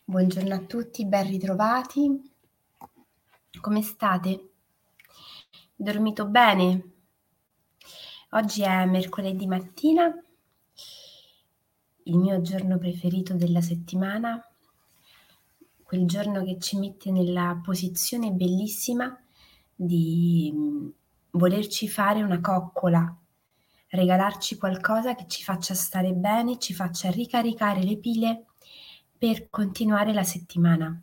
Buongiorno a tutti, ben ritrovati. Come state? Dormito bene? Oggi è mercoledì mattina, il mio giorno preferito della settimana, quel giorno che ci mette nella posizione bellissima di volerci fare una coccola, regalarci qualcosa che ci faccia stare bene, ci faccia ricaricare le pile per continuare la settimana.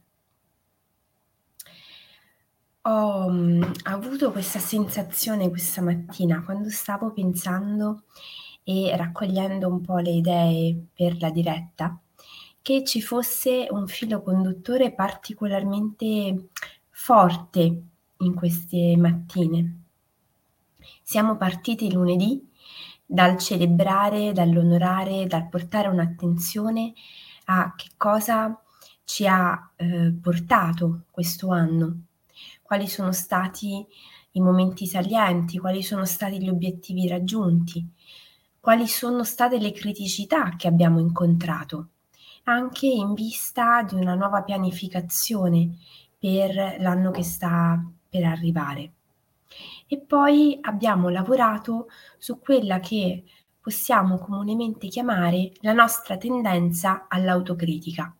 Ho avuto questa sensazione questa mattina quando stavo pensando e raccogliendo un po' le idee per la diretta, che ci fosse un filo conduttore particolarmente forte in queste mattine. Siamo partiti lunedì dal celebrare, dall'onorare, dal portare un'attenzione a che cosa ci ha portato questo anno, quali sono stati i momenti salienti, quali sono stati gli obiettivi raggiunti, quali sono state le criticità che abbiamo incontrato, anche in vista di una nuova pianificazione per l'anno che sta per arrivare. E poi abbiamo lavorato su quella che possiamo comunemente chiamare la nostra tendenza all'autocritica.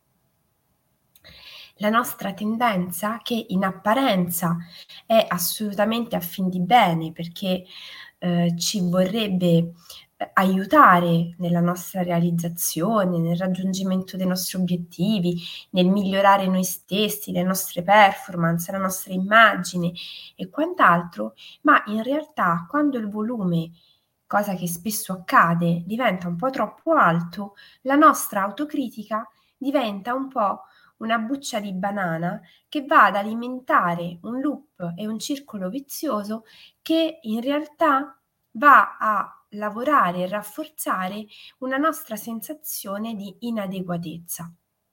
La nostra tendenza, che in apparenza è assolutamente a fin di bene, perché ci vorrebbe aiutare nella nostra realizzazione, nel raggiungimento dei nostri obiettivi, nel migliorare noi stessi, le nostre performance, la nostra immagine e quant'altro, ma in realtà quando il volume, cosa che spesso accade, diventa un po' troppo alto, la nostra autocritica diventa un po' una buccia di banana che va ad alimentare un loop e un circolo vizioso che in realtà va a lavorare e rafforzare una nostra sensazione di inadeguatezza.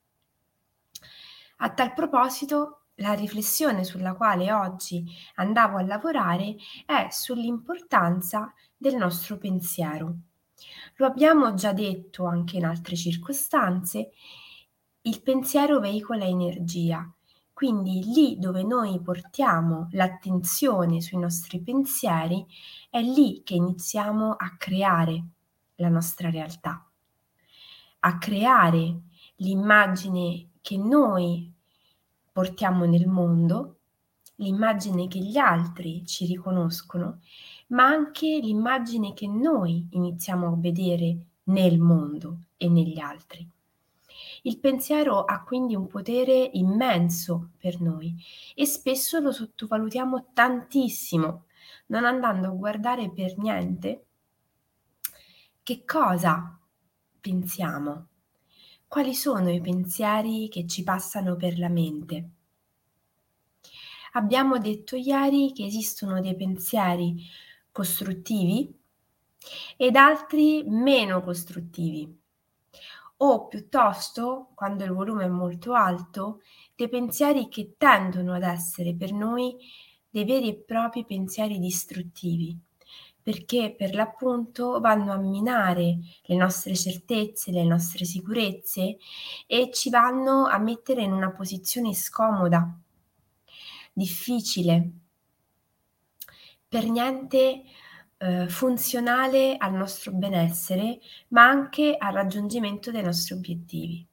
A tal proposito, la riflessione sulla quale oggi andavo a lavorare è sull'importanza del nostro pensiero. Lo abbiamo già detto anche in altre circostanze, il pensiero veicola energia, quindi lì dove noi portiamo l'attenzione sui nostri pensieri è lì che iniziamo a creare la nostra realtà, a creare l'immagine che noi portiamo nel mondo, l'immagine che gli altri ci riconoscono, ma anche l'immagine che noi iniziamo a vedere nel mondo e negli altri. Il pensiero ha quindi un potere immenso per noi e spesso lo sottovalutiamo tantissimo, non andando a guardare per niente che cosa pensiamo, quali sono i pensieri che ci passano per la mente. Abbiamo detto ieri che esistono dei pensieri costruttivi ed altri meno costruttivi, o piuttosto, quando il volume è molto alto, dei pensieri che tendono ad essere per noi dei veri e propri pensieri distruttivi, perché per l'appunto vanno a minare le nostre certezze, le nostre sicurezze e ci vanno a mettere in una posizione scomoda, difficile, per niente funzionale al nostro benessere, ma anche al raggiungimento dei nostri obiettivi.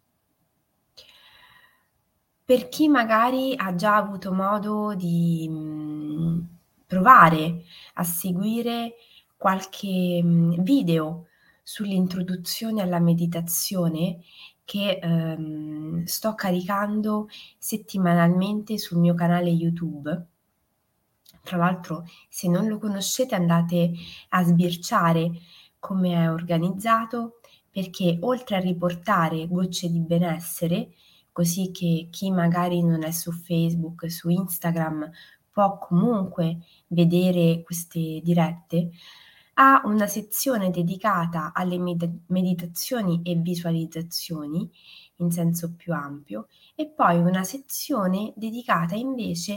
Per chi magari ha già avuto modo di provare a seguire qualche video sull'introduzione alla meditazione che sto caricando settimanalmente sul mio canale YouTube. Tra l'altro, se non lo conoscete andate a sbirciare come è organizzato, perché oltre a riportare gocce di benessere, così che chi magari non è su Facebook, su Instagram, può comunque vedere queste dirette, ha una sezione dedicata alle meditazioni e visualizzazioni in senso più ampio e poi una sezione dedicata invece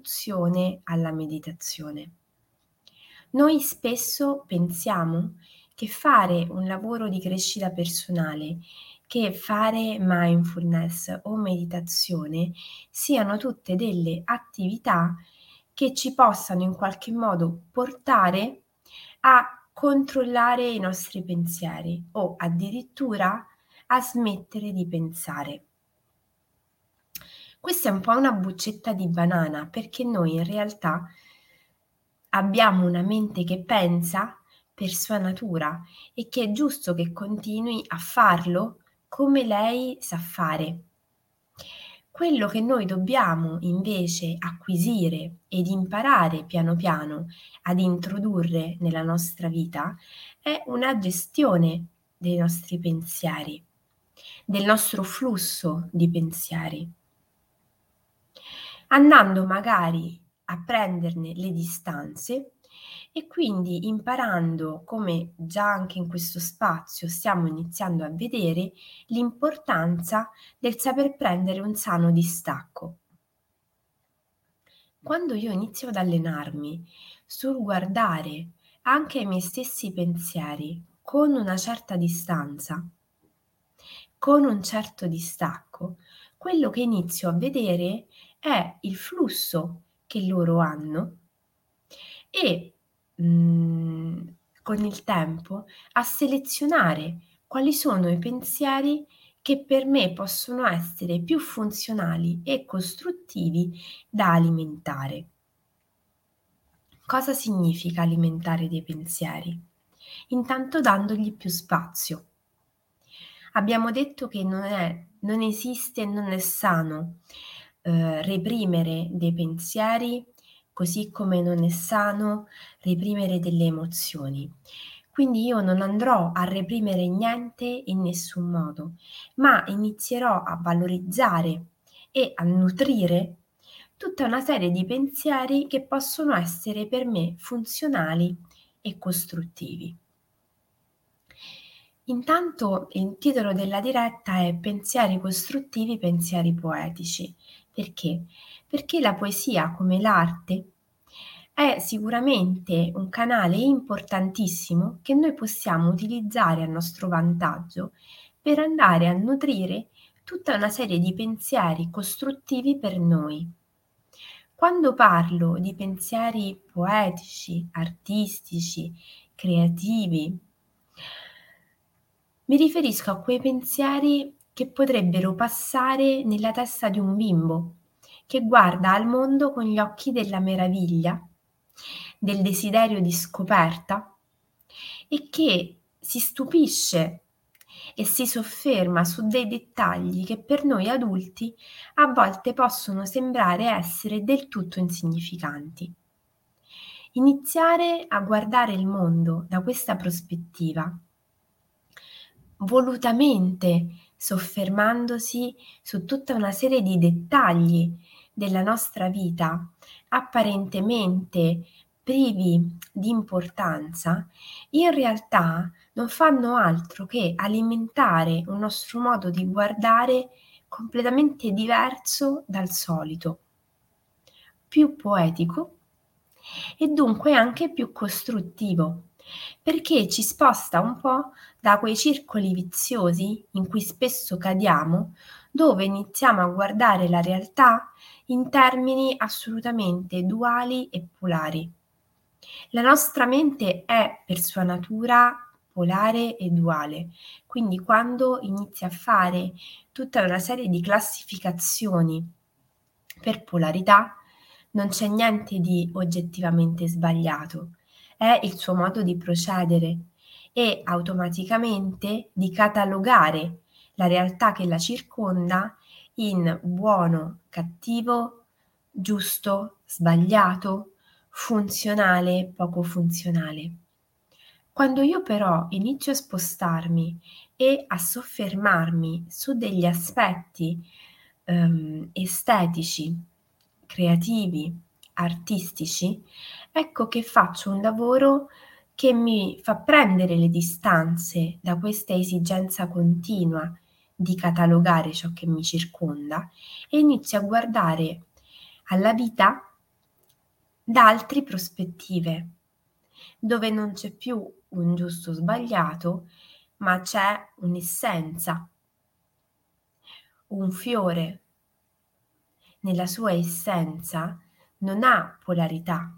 all'introduzione alla meditazione. Noi spesso pensiamo che fare un lavoro di crescita personale, che fare mindfulness o meditazione siano tutte delle attività che ci possano in qualche modo portare a controllare i nostri pensieri o addirittura a smettere di pensare. Questa è un po' una buccetta di banana, perché noi in realtà abbiamo una mente che pensa per sua natura e che è giusto che continui a farlo come lei sa fare. Quello che noi dobbiamo invece acquisire ed imparare piano piano ad introdurre nella nostra vita è una gestione dei nostri pensieri, del nostro flusso di pensieri, andando magari a prenderne le distanze e quindi imparando, come già anche in questo spazio stiamo iniziando a vedere, l'importanza del saper prendere un sano distacco. Quando io inizio ad allenarmi sul guardare anche ai miei stessi pensieri con una certa distanza, con un certo distacco, quello che inizio a vedere è il flusso che loro hanno e, con il tempo a selezionare quali sono i pensieri che per me possono essere più funzionali e costruttivi da alimentare. Cosa significa alimentare dei pensieri? Intanto dandogli più spazio. Abbiamo detto che non esiste, non è sano, reprimere dei pensieri, così come non è sano reprimere delle emozioni. Quindi io non andrò a reprimere niente in nessun modo, ma inizierò a valorizzare e a nutrire tutta una serie di pensieri che possono essere per me funzionali e costruttivi. Intanto il titolo della diretta è Pensieri costruttivi, pensieri poetici. Perché? Perché la poesia, come l'arte, è sicuramente un canale importantissimo che noi possiamo utilizzare a nostro vantaggio per andare a nutrire tutta una serie di pensieri costruttivi per noi. Quando parlo di pensieri poetici, artistici, creativi, mi riferisco a quei pensieri che potrebbero passare nella testa di un bimbo che guarda al mondo con gli occhi della meraviglia, del desiderio di scoperta e che si stupisce e si sofferma su dei dettagli che per noi adulti a volte possono sembrare essere del tutto insignificanti. Iniziare a guardare il mondo da questa prospettiva, volutamente soffermandosi su tutta una serie di dettagli della nostra vita apparentemente privi di importanza, in realtà non fanno altro che alimentare un nostro modo di guardare completamente diverso dal solito, più poetico e dunque anche più costruttivo, perché ci sposta un po' da quei circoli viziosi in cui spesso cadiamo, dove iniziamo a guardare la realtà in termini assolutamente duali e polari. La nostra mente è per sua natura polare e duale, quindi quando inizia a fare tutta una serie di classificazioni per polarità, non c'è niente di oggettivamente sbagliato, è il suo modo di procedere e automaticamente di catalogare la realtà che la circonda in buono, cattivo, giusto, sbagliato, funzionale, poco funzionale. Quando io però inizio a spostarmi e a soffermarmi su degli aspetti estetici, creativi, artistici, ecco che faccio un lavoro che mi fa prendere le distanze da questa esigenza continua di catalogare ciò che mi circonda e inizio a guardare alla vita da altre prospettive, dove non c'è più un giusto o sbagliato, ma c'è un'essenza. Un fiore nella sua essenza non ha polarità,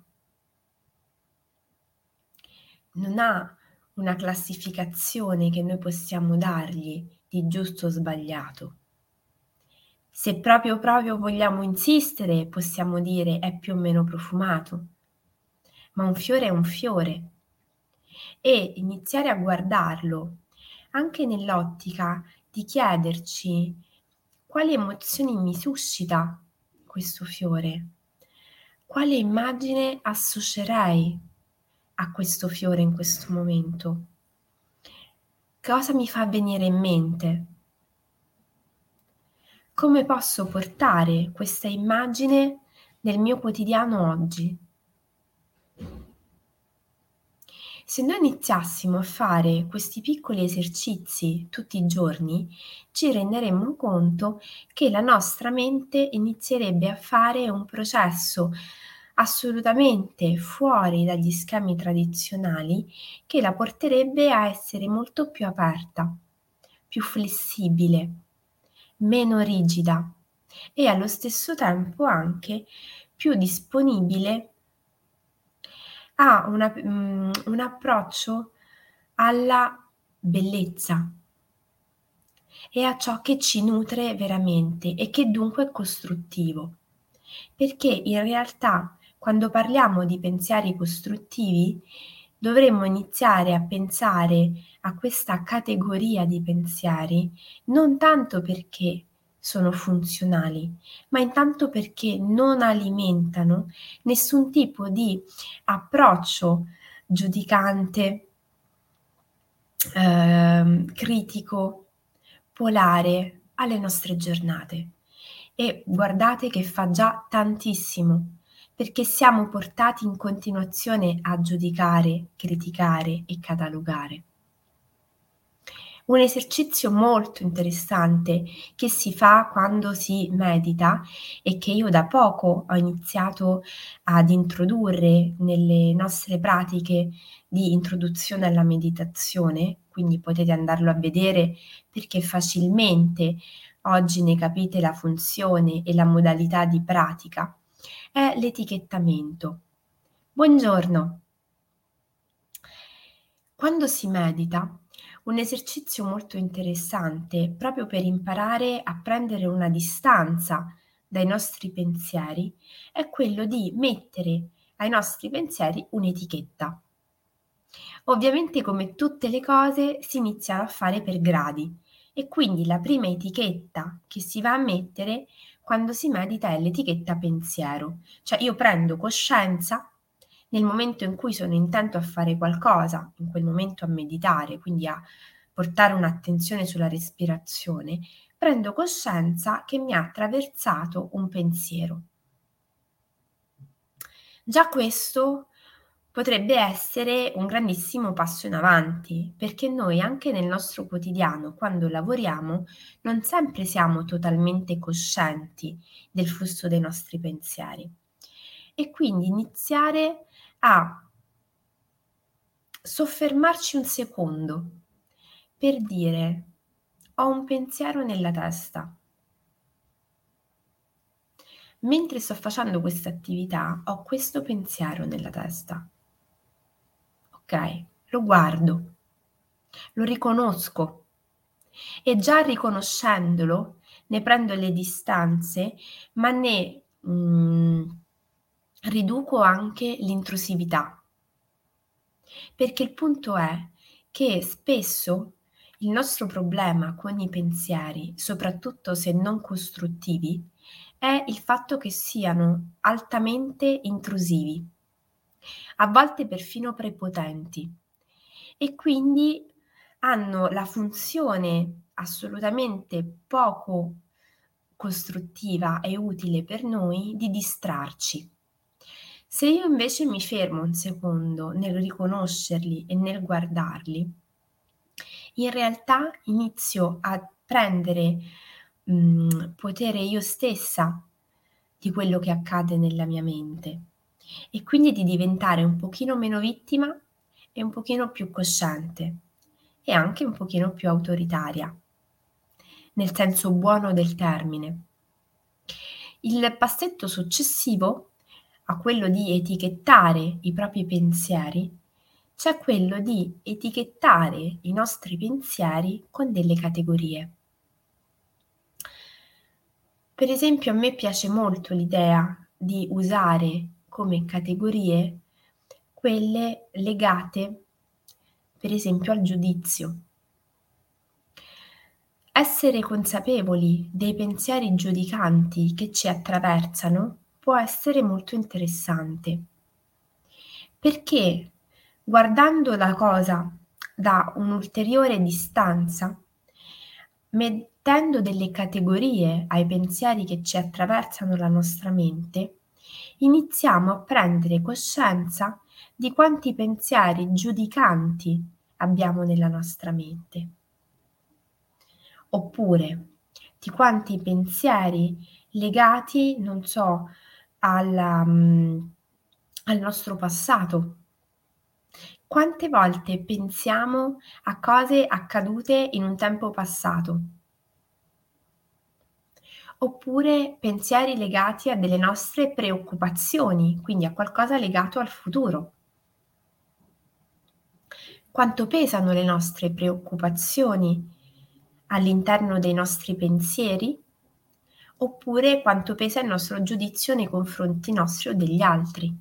non ha una classificazione che noi possiamo dargli di giusto o sbagliato. Se proprio vogliamo insistere, possiamo dire è più o meno profumato, ma un fiore è un fiore e iniziare a guardarlo anche nell'ottica di chiederci quali emozioni mi suscita questo fiore, quale immagine associerei a questo fiore in questo momento, cosa mi fa venire in mente, come posso portare questa immagine nel mio quotidiano oggi. Se noi iniziassimo a fare questi piccoli esercizi tutti i giorni, ci renderemmo conto che la nostra mente inizierebbe a fare un processo assolutamente fuori dagli schemi tradizionali che la porterebbe a essere molto più aperta, più flessibile, meno rigida e allo stesso tempo anche più disponibile ha un approccio alla bellezza e a ciò che ci nutre veramente e che dunque è costruttivo. Perché in realtà quando parliamo di pensieri costruttivi dovremmo iniziare a pensare a questa categoria di pensieri non tanto perché sono funzionali, ma intanto perché non alimentano nessun tipo di approccio giudicante, critico, polare alle nostre giornate. E guardate che fa già tantissimo, perché siamo portati in continuazione a giudicare, criticare e catalogare. Un esercizio molto interessante che si fa quando si medita e che io da poco ho iniziato ad introdurre nelle nostre pratiche di introduzione alla meditazione, quindi potete andarlo a vedere perché facilmente oggi ne capite la funzione e la modalità di pratica, è l'etichettamento. Buongiorno. Quando si medita, un esercizio molto interessante, proprio per imparare a prendere una distanza dai nostri pensieri, è quello di mettere ai nostri pensieri un'etichetta. Ovviamente, come tutte le cose, si iniziano a fare per gradi e quindi la prima etichetta che si va a mettere quando si medita è l'etichetta pensiero. Cioè io prendo coscienza nel momento in cui sono intento a fare qualcosa, in quel momento a meditare, quindi a portare un'attenzione sulla respirazione, prendo coscienza che mi ha attraversato un pensiero. Già questo potrebbe essere un grandissimo passo in avanti, perché noi anche nel nostro quotidiano, quando lavoriamo, non sempre siamo totalmente coscienti del flusso dei nostri pensieri. E quindi iniziare a soffermarci un secondo per dire: "Ho un pensiero nella testa". Mentre sto facendo questa attività, ho questo pensiero nella testa. Okay, lo guardo, lo riconosco e già riconoscendolo ne prendo le distanze, ma riduco anche l'intrusività. Perché il punto è che spesso il nostro problema con i pensieri, soprattutto se non costruttivi, è il fatto che siano altamente intrusivi, a volte perfino prepotenti e quindi hanno la funzione assolutamente poco costruttiva e utile per noi di distrarci. Se io invece mi fermo un secondo nel riconoscerli e nel guardarli, in realtà inizio a prendere, potere io stessa di quello che accade nella mia mente e quindi di diventare un pochino meno vittima e un pochino più cosciente e anche un pochino più autoritaria, nel senso buono del termine. Il passetto successivo a quello di etichettare i propri pensieri, c'è quello di etichettare i nostri pensieri con delle categorie. Per esempio, a me piace molto l'idea di usare come categorie quelle legate, per esempio, al giudizio. Essere consapevoli dei pensieri giudicanti che ci attraversano può essere molto interessante, perché guardando la cosa da un'ulteriore distanza, mettendo delle categorie ai pensieri che ci attraversano la nostra mente, iniziamo a prendere coscienza di quanti pensieri giudicanti abbiamo nella nostra mente, oppure di quanti pensieri legati, non so, al nostro passato. Quante volte pensiamo a cose accadute in un tempo passato? Oppure pensieri legati a delle nostre preoccupazioni, quindi a qualcosa legato al futuro. Quanto pesano le nostre preoccupazioni all'interno dei nostri pensieri? Oppure quanto pesa il nostro giudizio nei confronti nostri o degli altri.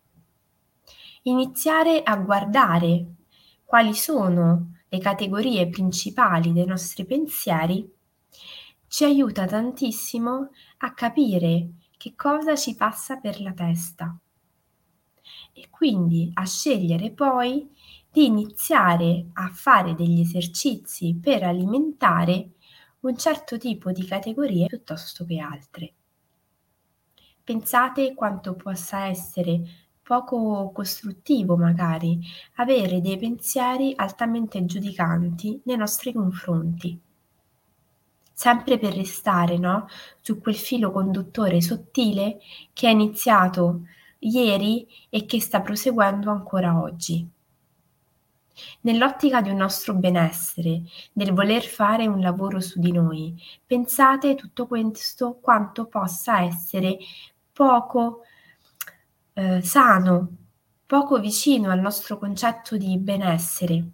Iniziare a guardare quali sono le categorie principali dei nostri pensieri ci aiuta tantissimo a capire che cosa ci passa per la testa e quindi a scegliere poi di iniziare a fare degli esercizi per alimentare un certo tipo di categorie piuttosto che altre. Pensate quanto possa essere poco costruttivo magari avere dei pensieri altamente giudicanti nei nostri confronti. Sempre per restare, no, su quel filo conduttore sottile che è iniziato ieri e che sta proseguendo ancora oggi. Nell'ottica di un nostro benessere, del voler fare un lavoro su di noi, pensate tutto questo quanto possa essere poco, sano, poco vicino al nostro concetto di benessere.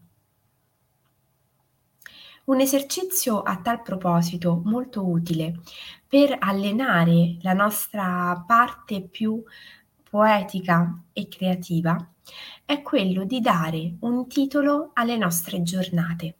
Un esercizio a tal proposito molto utile per allenare la nostra parte più poetica e creativa è quello di dare un titolo alle nostre giornate.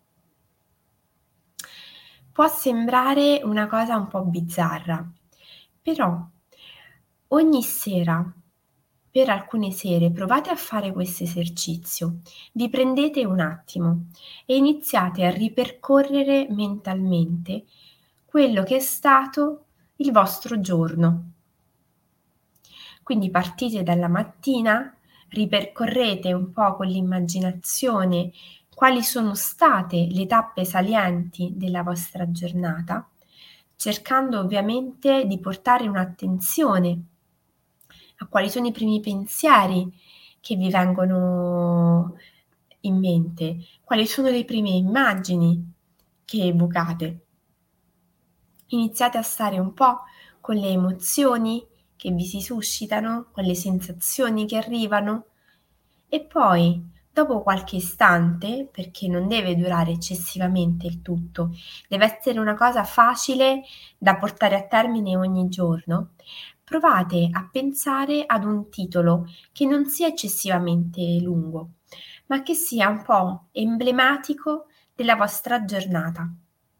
Può sembrare una cosa un po' bizzarra, però ogni sera, per alcune sere, provate a fare questo esercizio. Vi prendete un attimo e iniziate a ripercorrere mentalmente quello che è stato il vostro giorno. Quindi partite dalla mattina, ripercorrete un po' con l'immaginazione quali sono state le tappe salienti della vostra giornata, cercando ovviamente di portare un'attenzione a quali sono i primi pensieri che vi vengono in mente, quali sono le prime immagini che evocate. Iniziate a stare un po' con le emozioni che vi si suscitano, con le sensazioni che arrivano e poi, dopo qualche istante, perché non deve durare eccessivamente il tutto, deve essere una cosa facile da portare a termine ogni giorno, provate a pensare ad un titolo che non sia eccessivamente lungo, ma che sia un po' emblematico della vostra giornata.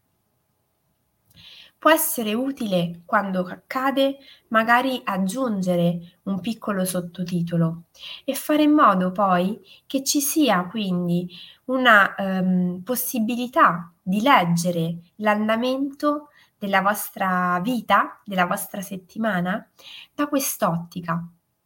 Può essere utile, quando accade, magari aggiungere un piccolo sottotitolo e fare in modo poi che ci sia quindi una, possibilità di leggere l'andamento della vostra vita, della vostra settimana, da quest'ottica.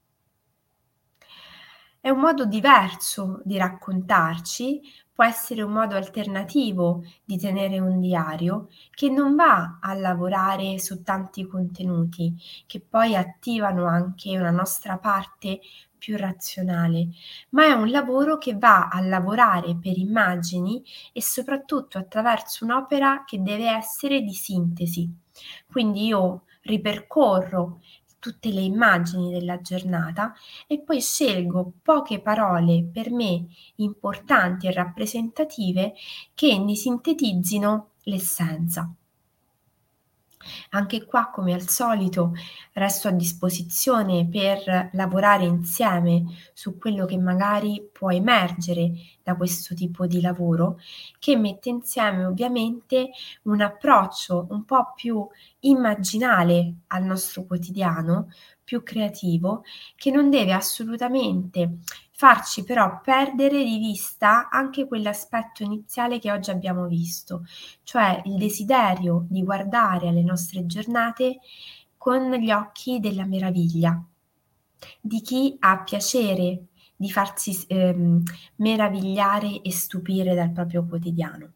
È un modo diverso di raccontarci, può essere un modo alternativo di tenere un diario che non va a lavorare su tanti contenuti, che poi attivano anche una nostra parte più razionale, ma è un lavoro che va a lavorare per immagini e soprattutto attraverso un'opera che deve essere di sintesi. Quindi io ripercorro tutte le immagini della giornata e poi scelgo poche parole per me importanti e rappresentative che ne sintetizzino l'essenza. Anche qua, come al solito, resto a disposizione per lavorare insieme su quello che magari può emergere da questo tipo di lavoro, che mette insieme ovviamente un approccio un po' più immaginale al nostro quotidiano, più creativo, che non deve assolutamente farci però perdere di vista anche quell'aspetto iniziale che oggi abbiamo visto, cioè il desiderio di guardare alle nostre giornate con gli occhi della meraviglia, di chi ha piacere di farsi meravigliare e stupire dal proprio quotidiano.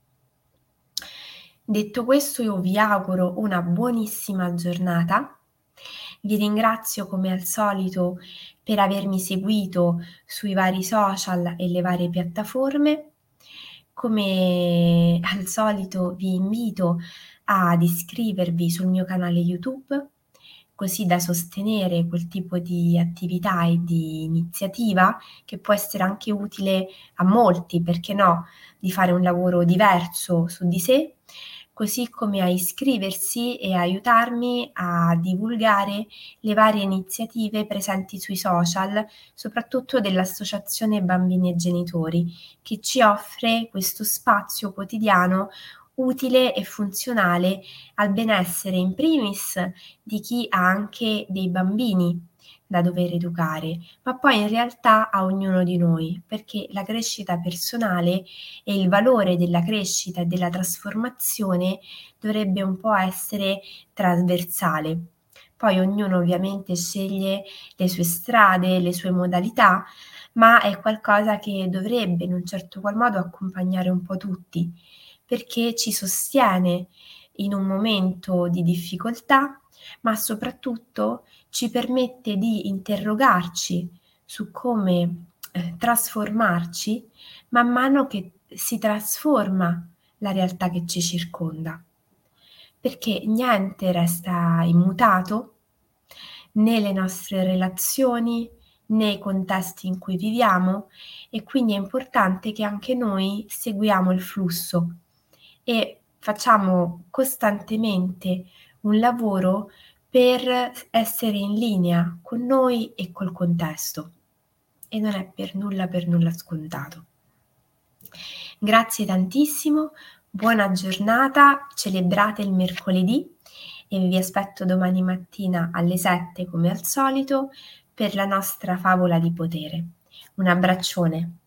Detto questo, io vi auguro una buonissima giornata. Vi ringrazio come al solito per avermi seguito sui vari social e le varie piattaforme. Come al solito vi invito ad iscrivervi sul mio canale YouTube, così da sostenere quel tipo di attività e di iniziativa che può essere anche utile a molti, perché no, di fare un lavoro diverso su di sé, così come a iscriversi e aiutarmi a divulgare le varie iniziative presenti sui social, soprattutto dell'Associazione Bambini e Genitori, che ci offre questo spazio quotidiano utile e funzionale al benessere in primis di chi ha anche dei bambini da dover educare, ma poi in realtà a ognuno di noi, perché la crescita personale e il valore della crescita e della trasformazione dovrebbe un po' essere trasversale. Poi ognuno ovviamente sceglie le sue strade, le sue modalità, ma è qualcosa che dovrebbe in un certo qual modo accompagnare un po' tutti, perché ci sostiene in un momento di difficoltà, ma soprattutto ci permette di interrogarci su come, trasformarci man mano che si trasforma la realtà che ci circonda, perché niente resta immutato, né le nostre relazioni, né i contesti in cui viviamo e quindi è importante che anche noi seguiamo il flusso e facciamo costantemente un lavoro per essere in linea con noi e col contesto e non è per nulla scontato. Grazie tantissimo, buona giornata, celebrate il mercoledì e vi aspetto domani mattina alle 7 come al solito per la nostra favola di potere. Un abbraccione.